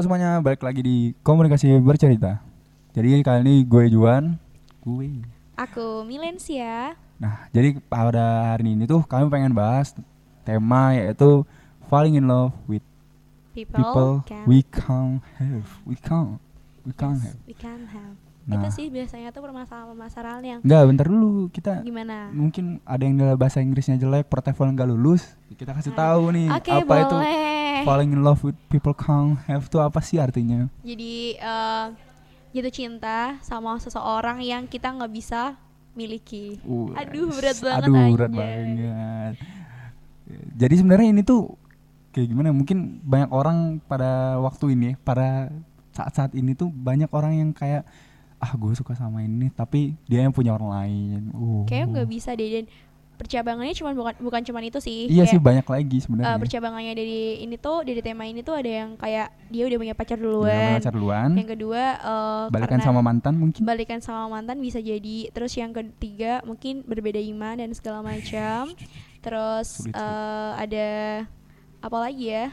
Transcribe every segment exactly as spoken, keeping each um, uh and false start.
semuanya, balik lagi di Komunikasi Bercerita. Jadi kali ini gue Juan, gue. Aku Milensia. Nah, jadi pada hari ini tuh kami pengen bahas tema yaitu falling in love with People, people can we can't have, we can't, we can't yes, have. we can have. Nah, Itu sih biasanya tuh permasalahan-permasalahan yang enggak, bentar dulu kita. gimana? Mungkin ada yang nilai bahasa Inggrisnya jelek, portfolio nggak lulus. Kita kasih Ah, tahu nih Oke, apa itu boleh. falling in love with people can't have itu apa sih artinya? Jadi eh, jatuh cinta sama seseorang yang kita nggak bisa miliki. Uh, Aduh, berat banget, Aduh, berat anjay. banget. Jadi sebenarnya ini tuh kayak gimana? Mungkin banyak orang pada waktu ini, pada saat-saat ini tuh banyak orang yang kayak ah gue suka sama ini, tapi dia yang punya orang lain. Uh. Kayak nggak bisa deh, dan percabangannya cuma bukan bukan cuma itu sih. Iya sih, Kayak, banyak lagi eh, sebenarnya. percabangannya dari ini tuh, dari tema ini tuh ada yang kayak dia udah punya pacar Dia punya duluan. pacar duluan, Yang kedua eh, balikan karena sama mantan mungkin. balikan sama mantan bisa jadi. Terus yang ketiga mungkin berbeda iman dan segala macam. Terus Sulit, sulit. eh, ada apa lagi ya?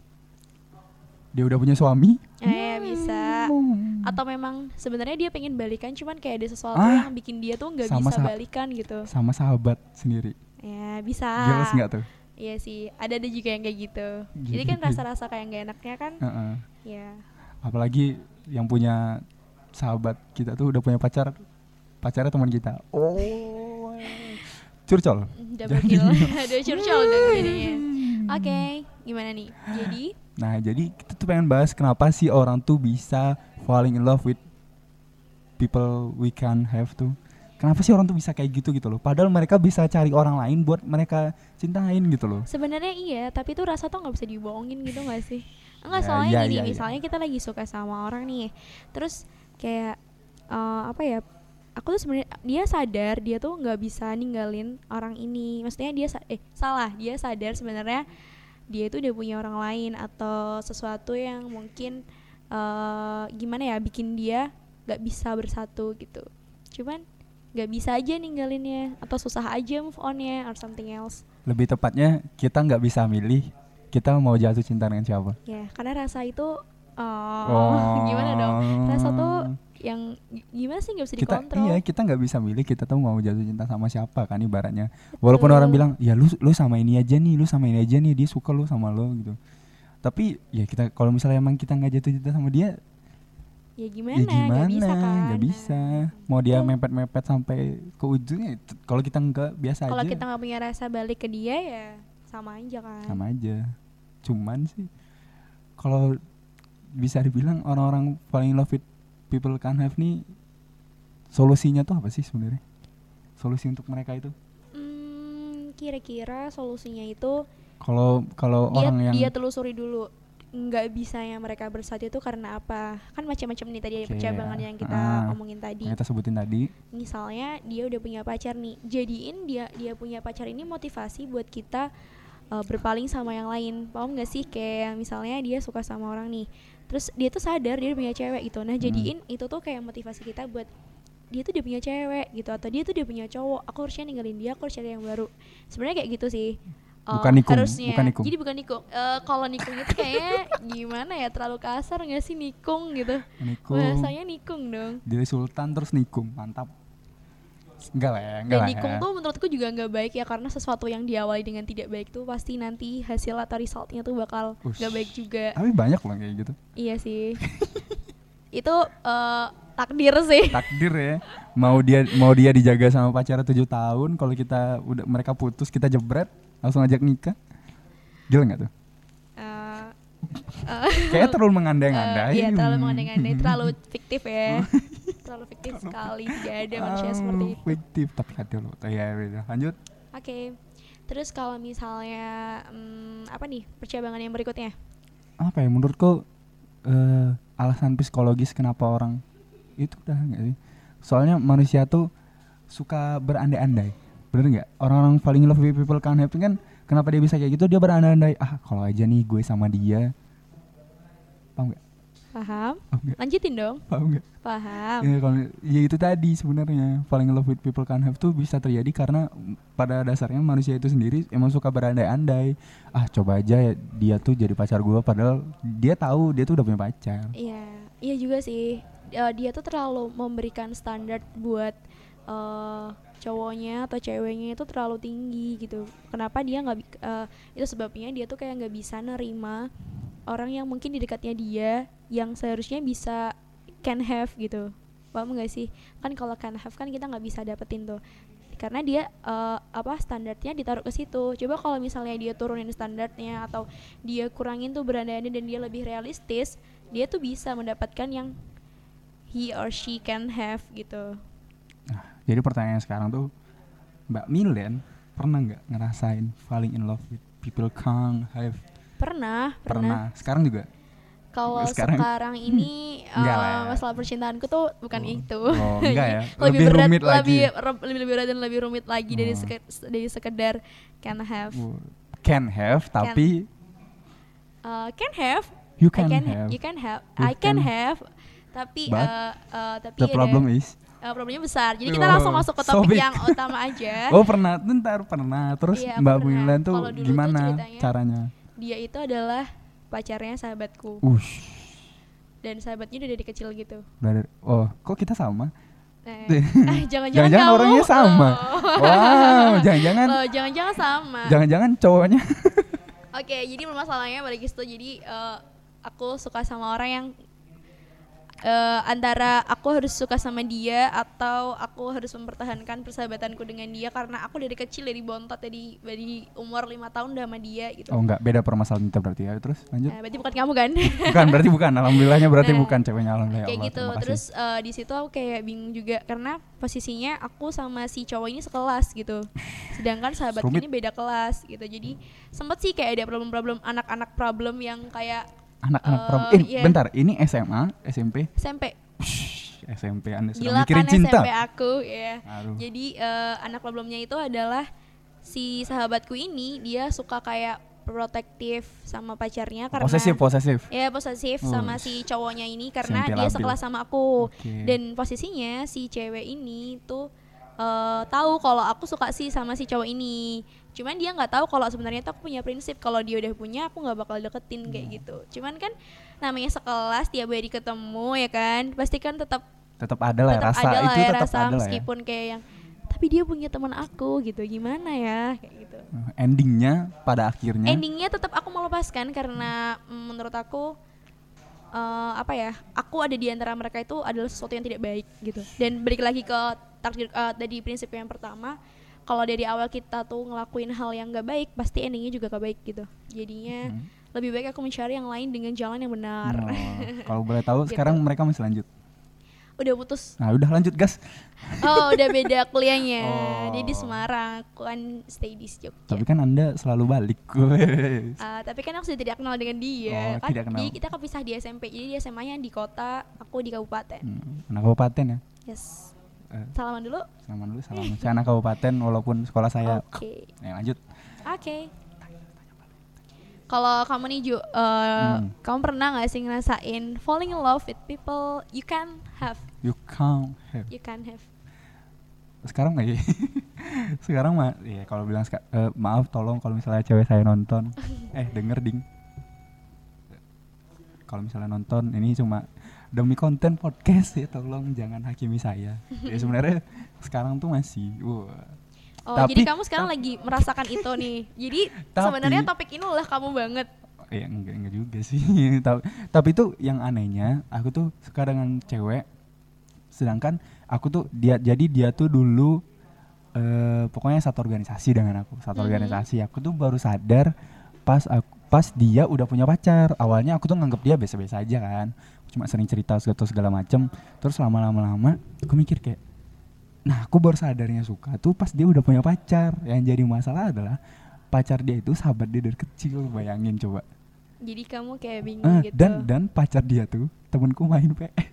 Dia udah punya suami. Eh bisa. Hmm. Atau memang sebenarnya dia pengen balikan, cuman kayak ada sesuatu Ah, yang bikin dia tuh nggak sama bisa sah- balikan gitu. Sama sahabat sendiri. Ya bisa. Jelas nggak tuh? Iya sih, ada ada juga yang kayak gitu. Gitu. Jadi kan rasa-rasa kayak nggak enaknya kan? Heeh. Ya. Apalagi yang punya sahabat kita tuh udah punya pacar, pacarnya teman kita. Oh, curcol. Double kill. Ada curcol dong jadinya. Oke, gimana nih? Jadi Nah, jadi kita tuh pengen bahas kenapa sih orang tuh bisa falling in love with people we can't have tuh. Kenapa sih orang tuh bisa kayak gitu gitu loh? Padahal mereka bisa cari orang lain buat mereka cintain gitu loh. sebenarnya iya, tapi tuh rasa tuh nggak bisa dibohongin gitu nggak sih? Enggak, Ya, soalnya iya, gini, iya, iya. misalnya kita lagi suka sama orang nih, terus kayak eh, apa ya? Aku tuh sebenarnya dia sadar dia tuh nggak bisa ninggalin orang ini. Maksudnya dia sa- eh salah, dia sadar sebenarnya dia itu udah punya orang lain atau sesuatu yang mungkin eh, gimana ya, bikin dia nggak bisa bersatu gitu. Cuman nggak bisa aja ninggalinnya, atau susah aja move onnya or something else. Lebih tepatnya kita nggak bisa milih kita mau jatuh cinta dengan siapa. Ya, karena rasa itu oh, Oh. gimana dong? Rasa tuh yang gi- gimana sih, nggak bisa Kita dikontrol. iya, kita nggak bisa milih kita tuh mau jatuh cinta sama siapa kan ibaratnya. Walaupun Betul. orang bilang, "Ya lu lu sama ini aja nih, lu sama ini aja nih, dia suka lu sama lo" gitu. Tapi ya kita kalau misalnya emang kita nggak jatuh cinta sama dia, Ya gimana? ya gimana? Nggak bisa kan? Nggak bisa. Mau dia Betul. mepet-mepet sampai ke ujungnya, t- kalau kita nggak biasa Kalau aja, kita nggak punya rasa balik ke dia ya sama aja kan. sama aja. Cuman sih, kalau bisa dibilang orang-orang falling in love with people can't have nih, solusinya tuh apa sih sebenarnya? Solusi untuk mereka itu? Hmm, kira-kira solusinya itu Kalau kalau dia orang yang dia telusuri dulu nggak bisanya mereka bersatu itu karena apa. Kan macam-macam nih tadi, Oke, percabangan yang kita ah, omongin tadi. yang kita sebutin tadi, Misalnya dia udah punya pacar nih, jadiin dia dia punya pacar ini motivasi buat kita uh, berpaling sama yang lain. Paham gak sih? Kayak misalnya dia suka sama orang nih, terus dia tuh sadar dia udah punya cewek gitu. Nah, Hmm. jadiin itu tuh kayak motivasi kita buat dia tuh udah punya cewek gitu, atau dia tuh udah punya cowok, aku harusnya ninggalin dia, aku harus cari yang baru. Sebenarnya kayak gitu sih. Uh, Bukan nikung, harusnya. bukan nikung. Jadi bukan nikung. Uh, kalau nikung itu kayaknya gimana ya, terlalu kasar gak sih nikung gitu. nikung, Bahasanya nikung dong. diri sultan terus nikung, mantap. Enggak lah ya, enggak Dan lah nikung ya. tuh menurutku juga nggak baik ya, karena sesuatu yang diawali dengan tidak baik tuh pasti nanti hasil atau resultnya tuh bakal Ush. nggak baik juga. Tapi banyak loh kayak gitu. Iya sih. Itu eh, takdir sih. Takdir ya. Mau dia mau dia dijaga sama pacarnya tujuh tahun, kalau kita udah mereka putus kita jebret, langsung ajak nikah. Gila enggak tuh? Eh, Kayaknya terlalu eh, mengandai-andai. Iya, terlalu mengandai-andai, terlalu fiktif ya. Terlalu fiktif sekali, tidak ada manusia Ah, seperti itu. fiktif tapi ada loh. Ya, ya, lanjut. Oke. Terus kalau misalnya hmm, apa nih percabangan yang berikutnya? Apa ya menurutku eh, alasan psikologis kenapa orang itu udah enggak sih? Soalnya manusia tuh suka berandai-andai. Bener nggak? Orang-orang falling in love with people can't have kan, kenapa dia bisa kayak gitu? Dia berandai-andai, ah kalau aja nih gue sama dia, paham nggak? Paham? Oh, enggak. Lanjutin dong. Paham nggak? Paham. Ya, kalau ya itu tadi sebenarnya falling in love with people can't have tuh bisa terjadi karena pada dasarnya manusia itu sendiri emang suka berandai-andai. Ah coba aja ya, dia tuh jadi pacar gue, padahal dia tahu dia tuh udah punya pacar. Iya, iya juga sih. Uh, dia tuh terlalu memberikan standar buat uh, cowoknya atau ceweknya itu terlalu tinggi gitu. Kenapa dia nggak? Bi- uh, itu sebabnya dia tuh kayak nggak bisa nerima orang yang mungkin di dekatnya dia yang seharusnya bisa can have gitu. Paham gak sih? Kan kalau can have kan kita nggak bisa dapetin tuh. Karena dia uh, apa standarnya ditaruh ke situ. Coba kalau misalnya dia turunin standarnya atau dia kurangin tuh berandai-andai dan dia lebih realistis, dia tuh bisa mendapatkan yang he or she can have gitu. Nah, jadi pertanyaan sekarang tuh, Mbak Milen pernah nggak ngerasain falling in love with people can't have? Pernah, pernah. Pernah. Sekarang juga? Kalau Sekarang- sekarang, ini Enggak uh, lah ya. masalah percintaanku tuh bukan Oh. itu. Oh, enggak ya? lebih, Lebih berat, rumit lagi. lebih, re- lebih lebih berat dan lebih rumit lagi dari Oh. seke- dari sekedar can have. Oh, can have tapi Uh, can have. you I can can have. You can have. You I can can- have. Tapi But uh, uh, tapi the ada- problem is uh, problemnya besar. Jadi kita Oh, langsung masuk ke so topik big. yang utama aja. oh pernah, bentar pernah. Terus Iya, aku Mbak pernah. Milen tuh Kalau dulu tuh gimana ceritanya- caranya? Dia itu adalah pacarnya sahabatku Ush, dan sahabatnya udah dari kecil gitu. dari, oh kok kita sama? Eh, Deh. ah, jangan-jangan Jangan-jangan kamu, orangnya sama. Oh. Wow, jangan-jangan, Loh, jangan-jangan sama. jangan-jangan cowoknya. Oke, jadi permasalahannya balik ke situ. Jadi eh, aku suka sama orang yang eh, antara aku harus suka sama dia atau aku harus mempertahankan persahabatanku dengan dia karena aku dari kecil dari bontot dari dari umur lima tahun udah sama dia gitu. Oh enggak, beda permasalahan kita berarti ya. Terus lanjut. Eh, berarti bukan kamu kan? Bukan, berarti bukan. Alhamdulillahnya berarti Nah, bukan ceweknya. Alhamdulillah. Kayak Allah, gitu. terima kasih. Terus eh, di situ aku kayak bingung juga karena posisinya aku sama si cowok ini sekelas gitu. Sedangkan sahabatku Rumit. ini beda kelas gitu. Jadi sempet sih kayak ada problem-problem anak-anak problem yang kayak Anak-anak eh, perempuan. Eh, iya. bentar. Ini S M A, S M P? S M P. Shh, S M P Anda sedang Gila mikirin kan cinta. S M P aku ya. Aduh. Jadi eh, anak problemnya itu adalah si sahabatku ini dia suka kayak protektif sama pacarnya karena Posesif, posesif. ya posesif Oh, sama si cowoknya ini karena S M P dia labil. sekelas sama aku. Oke. Dan posisinya si cewek ini tuh eh, tahu kalau aku suka sih sama si cowok ini. Cuman dia nggak tahu kalau sebenarnya tuh aku punya prinsip kalau dia udah punya aku nggak bakal deketin kayak Hmm. gitu. Cuman kan namanya sekelas tiap hari ketemu ya kan, pasti kan tetap Tetap ada lah ya tetap rasa ada lah itu ya tetap rasa ada lah ya. meskipun kayak yang tapi dia punya teman aku gitu gimana ya kayak gitu. Endingnya pada akhirnya Endingnya tetap aku melepaskan karena mm, menurut aku eh, apa ya aku ada di antara mereka itu adalah sesuatu yang tidak baik gitu. Dan balik lagi ke takdir eh, dari prinsip yang pertama, kalau dari awal kita tuh ngelakuin hal yang gak baik pasti endingnya juga gak baik gitu. Jadinya Hmm. lebih baik aku mencari yang lain dengan jalan yang benar. Oh, kalau boleh tahu Gitu. sekarang mereka masih lanjut. Udah putus. Nah, udah lanjut gas. Oh, udah beda kuliahnya. Oh. Dia di Semarang, aku kan stay di Jogja. Tapi kan Anda selalu balik. Ah, tapi kan aku sudah tidak kenal dengan dia. Oh, Kan tidak kenal. Jadi kita kepisah di S M P. Jadi dia S M A-nya di kota, aku di kabupaten. Hmm, anak kabupaten ya. Yes. Eh, Salaman dulu. Selamat dulu, salam. Saya anak kabupaten walaupun sekolah saya. Oke. Ya, lanjut. Oke. Kalau kamu nih Ju, eh, Hmm. kamu pernah nggak sih ngerasain falling in love with people you can have, You can't have. you can have? Sekarang nggak ya? Sekarang mah, ya kalau bilang seka- eh, maaf, tolong kalau misalnya cewek saya nonton, eh denger ding. Kalau misalnya nonton, ini cuma demi konten podcast ya, tolong jangan hakimi saya. Ya sebenarnya sekarang tuh masih, wah. Oh, Tapi- jadi kamu sekarang lagi merasakan itu nih. Jadi Tapi- sebenarnya topik ini adalah kamu banget. Ya enggak, enggak juga sih. tapi, tapi itu yang anehnya, aku tuh suka dengan cewek, sedangkan aku tuh dia jadi dia tuh dulu eh, pokoknya satu organisasi dengan aku, satu Mhm. organisasi. Aku tuh baru sadar pas aku pas dia udah punya pacar. Awalnya aku tuh nganggep dia biasa-biasa aja kan, cuma sering cerita segala segala macem. Terus lama-lama lama aku mikir kayak, nah aku baru sadarnya suka tuh pas dia udah punya pacar. Yang jadi masalah adalah pacar dia itu sahabat dia dari kecil, bayangin coba. Jadi kamu kayak bingung Eh, gitu. dan dan pacar dia tuh temenku main P S.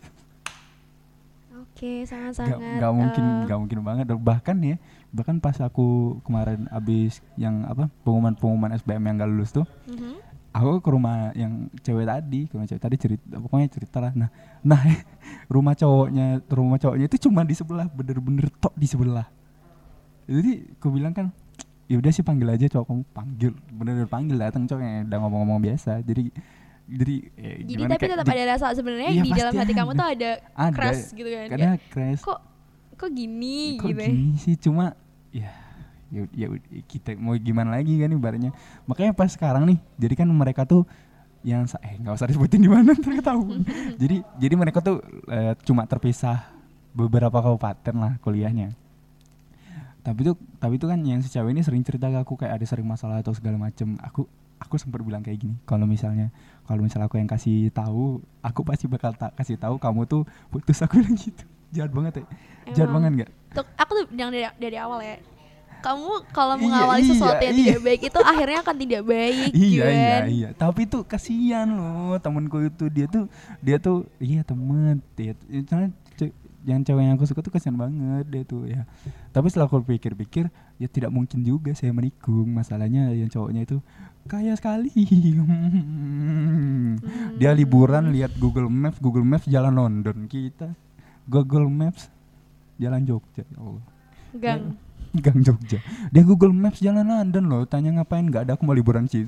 Oke, Gak, sangat-sangat. gak mungkin, eh, gak mungkin banget. Bahkan ya, bahkan pas aku kemarin abis yang apa pengumuman pengumuman S B M yang gak lulus tuh, mhm. aku ke rumah yang cewek tadi, ke rumah cewek tadi cerita, pokoknya cerita lah. Nah, nah rumah cowoknya, rumah cowoknya itu cuma di sebelah, bener-bener tok di sebelah. Jadi aku bilang kan, ya udah sih panggil aja cowok kamu, panggil, bener-bener panggil, datang cowoknya udah ngomong-ngomong biasa. Jadi jadi ya, Jadi tapi tetap di, ada rasa sebenarnya iya, di dalam hati ada. kamu tuh ada, ada crush gitu kan. karena crush. Kok kok gini kok gitu. gini sih, cuma ya ya, ya kita mau gimana lagi kan ibaratnya. Makanya pas sekarang nih, jadi kan mereka tuh yang eh nggak usah disebutin di mana ntar ketahuan. jadi jadi mereka tuh eh, cuma terpisah beberapa kabupaten lah kuliahnya. Tapi tuh tapi tuh kan yang si cewek ini sering cerita ke aku kayak ada sering masalah atau segala macem. Aku aku sempat bilang kayak gini, kalau misalnya kalau misalnya aku yang kasih tahu, aku pasti bakal tak kasih tahu kamu tuh putus. Aku bilang gitu. Jahat banget ya. Emang. Jahat banget nggak? Tuh, aku tuh bilang dari dari awal ya. Kamu kalau Iya, mengawali iya, sesuatu yang iya. tidak baik itu akhirnya akan tidak baik. Iya Juan. iya iya. Tapi tuh kasihan loh temanku itu, dia tuh dia tuh iya temen dia tuh, soalnya ce- yang cewek yang aku suka tuh kasihan banget dia tuh ya. Tapi setelah aku pikir-pikir, ya tidak mungkin juga saya menikung. Masalahnya yang cowoknya itu kaya sekali. Hmm. Dia liburan lihat Google Maps, Google Maps jalan London, kita Google Maps jalan Jogja. Ya Allah. Gang. Gang Jogja. Dia Google Maps jalan London loh. Tanya ngapain? Gak ada, aku mau liburan situ.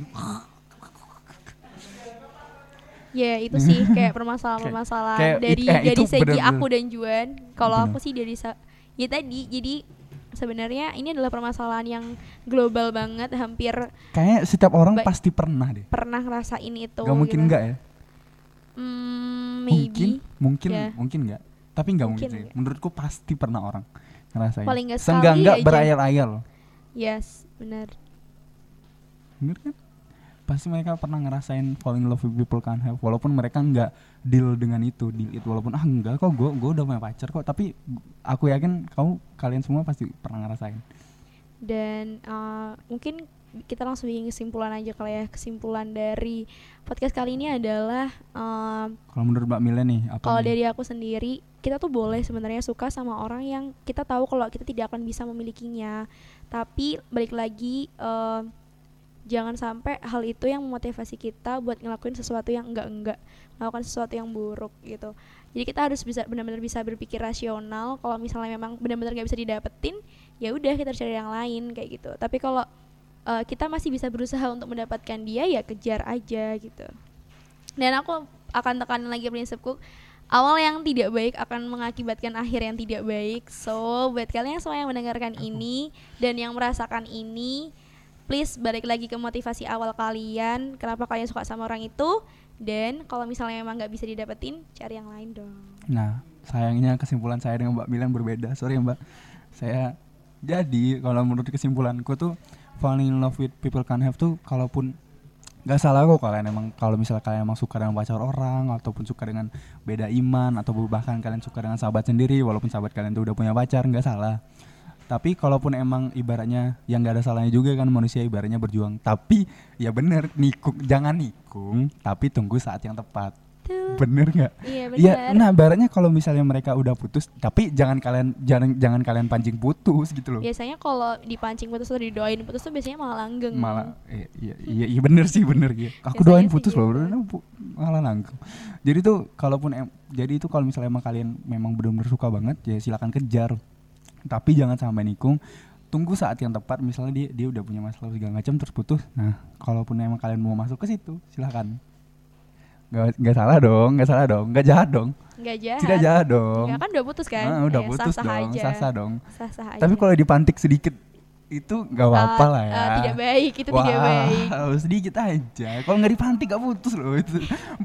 Ya itu sih kayak permasalahan-permasalahan Kayak- kayak dari it- eh, dari itu segi bener-bener. aku dan Juan. Kalau Bener. aku sih dari sa- ya tadi jadi sebenarnya ini adalah permasalahan yang global banget, hampir Kayaknya setiap orang Ba- pasti pernah deh. pernah ngerasain itu. Gak mungkin gitu. enggak ya? Hmm, Mungkin, maybe. mungkin, Ya. mungkin enggak. Tapi enggak mungkin, Mungkin sih. enggak. Menurutku pasti pernah orang ngerasain. Paling nggak Seenggak sekali enggak aja. berayal-ayal. Yes, benar. Bener kan? Pasti mereka pernah ngerasain falling in love with people can't have, walaupun mereka enggak deal dengan itu, deal itu walaupun ah enggak kok, gue gue udah punya pacar kok, tapi aku yakin kamu kalian semua pasti pernah ngerasain. Dan uh, mungkin kita langsung bikin kesimpulan aja kali ya. Kesimpulan dari podcast kali ini adalah um, Kalau menurut Mbak Mila nih apa kalau nih? dari aku sendiri, kita tuh boleh sebenarnya suka sama orang yang kita tahu kalau kita tidak akan bisa memilikinya. Tapi balik lagi, uh, jangan sampai hal itu yang memotivasi kita buat ngelakuin sesuatu yang enggak-enggak, melakukan sesuatu yang buruk gitu. Jadi kita harus bisa benar-benar bisa berpikir rasional. Kalau misalnya memang benar-benar nggak bisa didapetin, ya udah kita cari yang lain kayak gitu. Tapi kalau uh, kita masih bisa berusaha untuk mendapatkan dia, ya kejar aja gitu. Dan aku akan tekanin lagi prinsipku, awal yang tidak baik akan mengakibatkan akhir yang tidak baik. So buat kalian semua yang mendengarkan ini dan yang merasakan ini, please balik lagi ke motivasi awal kalian, kenapa kalian suka sama orang itu. Dan kalau misalnya emang nggak bisa didapetin, cari yang lain dong. Nah, sayangnya kesimpulan saya dengan Mbak Milan berbeda. Sorry ya Mbak. Saya jadi kalau menurut kesimpulanku tuh falling in love with people can't have tuh, kalaupun nggak salah kok kalian emang, kalau misalnya kalian emang suka dengan pacar orang ataupun suka dengan beda iman atau bahkan kalian suka dengan sahabat sendiri walaupun sahabat kalian tuh udah punya pacar, nggak salah. Tapi kalaupun emang ibaratnya yang nggak ada salahnya juga kan, manusia ibaratnya berjuang. Tapi ya bener, nikung jangan nikung, tapi tunggu saat yang tepat. Tuh. Bener nggak? Iya benar. Iya, nah ibaratnya kalau misalnya mereka udah putus, tapi jangan kalian jangan jangan kalian pancing putus gitu loh. Biasanya kalau dipancing putus atau didoain putus tuh biasanya malah langgeng. Malah iya iya iya, iya bener sih bener gitu. Aku Biasanya doain sih putus gitu. loh, bener, pu- malah langgeng. Jadi tuh kalaupun em, jadi itu kalau misalnya emang kalian memang benar-benar suka banget, ya silakan kejar. Tapi jangan sampai nikung. Tunggu saat yang tepat, misalnya dia dia udah punya masalah segala macam terus putus. Nah, kalaupun emang kalian mau masuk ke situ, silakan. Gak, gak salah dong, gak salah dong, gak jahat dong. Nggak jahat. Tidak jahat dong. Nggak, kan udah putus kan? Ah, udah Ya, putus sah-sah dong, aja. sah-sah dong. Sah-sah aja. Tapi kalau dipantik sedikit itu gak apa-apa Uh, lah ya. uh, tidak baik, itu Wah, tidak baik. sedikit aja. Kalau nggak dipantik gak putus loh itu.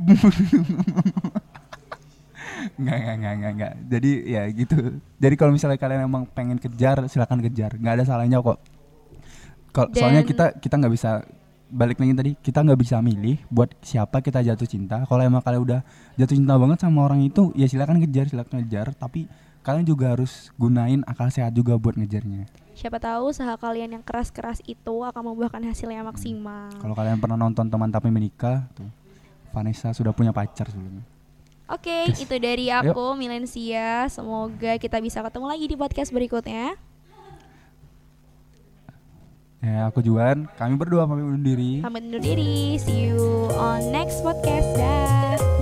Nggak, nggak, nggak, nggak, nggak. Jadi ya gitu. Jadi kalau misalnya kalian emang pengen kejar, silakan kejar. Nggak ada salahnya kok. Kalo, soalnya Dan- kita kita nggak bisa, balik lagi tadi, kita nggak bisa milih buat siapa kita jatuh cinta. Kalau emang kalian udah jatuh cinta banget sama orang itu, ya silakan kejar, silakan kejar. Tapi kalian juga harus gunain akal sehat juga buat ngejarnya. Siapa tahu usaha kalian yang keras-keras itu akan membuahkan hasil yang maksimal. Kalau kalian pernah nonton Teman Tapi Menikah, tuh Vanessa sudah punya pacar sebelumnya. Oke, Yes. itu dari aku, Milensia. Semoga kita bisa ketemu lagi di podcast berikutnya. Ya, aku Juan. Kami berdua pamit undur diri. Pamit undur diri. See you on next podcast. Dah.